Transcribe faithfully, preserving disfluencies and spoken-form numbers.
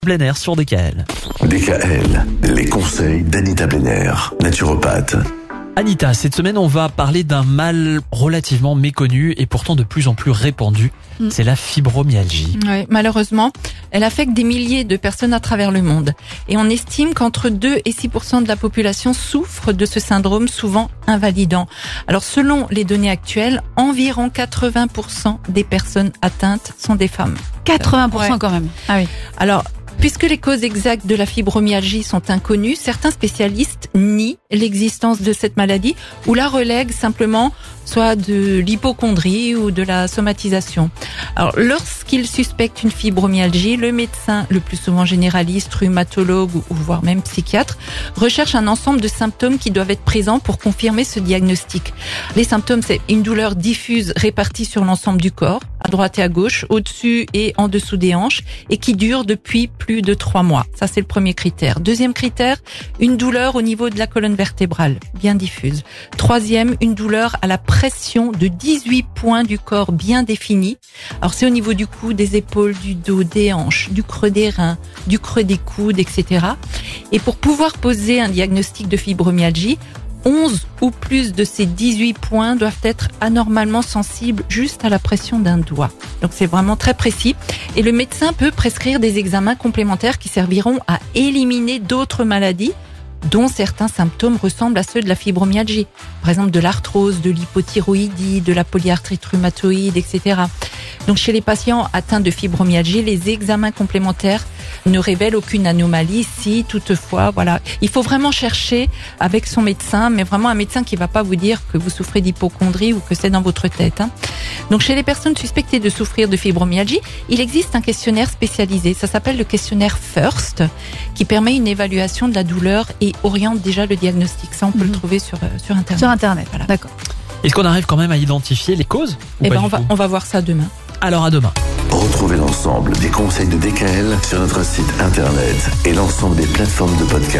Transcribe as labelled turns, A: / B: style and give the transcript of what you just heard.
A: Blenner sur D K L.
B: D K L, les conseils d'Anita Blenner, naturopathe.
A: Anita, cette semaine, on va parler d'un mal relativement méconnu et pourtant de plus en plus répandu. Mm. C'est la fibromyalgie.
C: Oui, malheureusement, elle affecte des milliers de personnes à travers le monde. Et on estime qu'entre deux et six pour cent de la population souffre de ce syndrome, souvent invalidant. Alors, selon les données actuelles, environ quatre-vingts pour cent des personnes atteintes sont des femmes.
D: quatre-vingts pour cent
C: Ouais.
D: quand même. Ah oui.
C: Alors, puisque les causes exactes de la fibromyalgie sont inconnues, certains spécialistes nient l'existence de cette maladie ou la relèguent simplement soit de l'hypocondrie ou de la somatisation. Alors, lorsqu'ils suspectent une fibromyalgie, le médecin, le plus souvent généraliste, rhumatologue ou voire même psychiatre, recherche un ensemble de symptômes qui doivent être présents pour confirmer ce diagnostic. Les symptômes, c'est une douleur diffuse répartie sur l'ensemble du corps, à droite et à gauche, au-dessus et en dessous des hanches, et qui dure depuis plus de trois mois. Ça, c'est le premier critère. Deuxième critère, une douleur au niveau de la colonne vertébrale, bien diffuse. Troisième, une douleur à la pression de dix-huit points du corps bien définis. Alors, c'est au niveau du cou, des épaules, du dos, des hanches, du creux des reins, du creux des coudes, et cetera. Et pour pouvoir poser un diagnostic de fibromyalgie, onze ou plus de ces dix-huit points doivent être anormalement sensibles juste à la pression d'un doigt. Donc c'est vraiment très précis. Et le médecin peut prescrire des examens complémentaires qui serviront à éliminer d'autres maladies dont certains symptômes ressemblent à ceux de la fibromyalgie. Par exemple de l'arthrose, de l'hypothyroïdie, de la polyarthrite rhumatoïde, et cetera. Donc chez les patients atteints de fibromyalgie, les examens complémentaires ne révèlent aucune anomalie si toutefois, voilà, il faut vraiment chercher avec son médecin, mais vraiment un médecin qui va pas vous dire que vous souffrez d'hypocondrie ou que c'est dans votre tête. Hein. Donc chez les personnes suspectées de souffrir de fibromyalgie, il existe un questionnaire spécialisé, ça s'appelle le questionnaire FIRST, qui permet une évaluation de la douleur et oriente déjà le diagnostic. Ça, on peut mmh. le trouver sur euh, sur internet.
D: Sur internet,
C: voilà.
D: D'accord.
A: Est-ce qu'on arrive quand même à identifier les causes ou
C: Eh
A: pas
C: ben
A: du
C: on va
A: tout
C: on va voir ça demain.
A: Alors à demain.
B: Retrouvez l'ensemble des conseils de D K L sur notre site internet et l'ensemble des plateformes de podcast.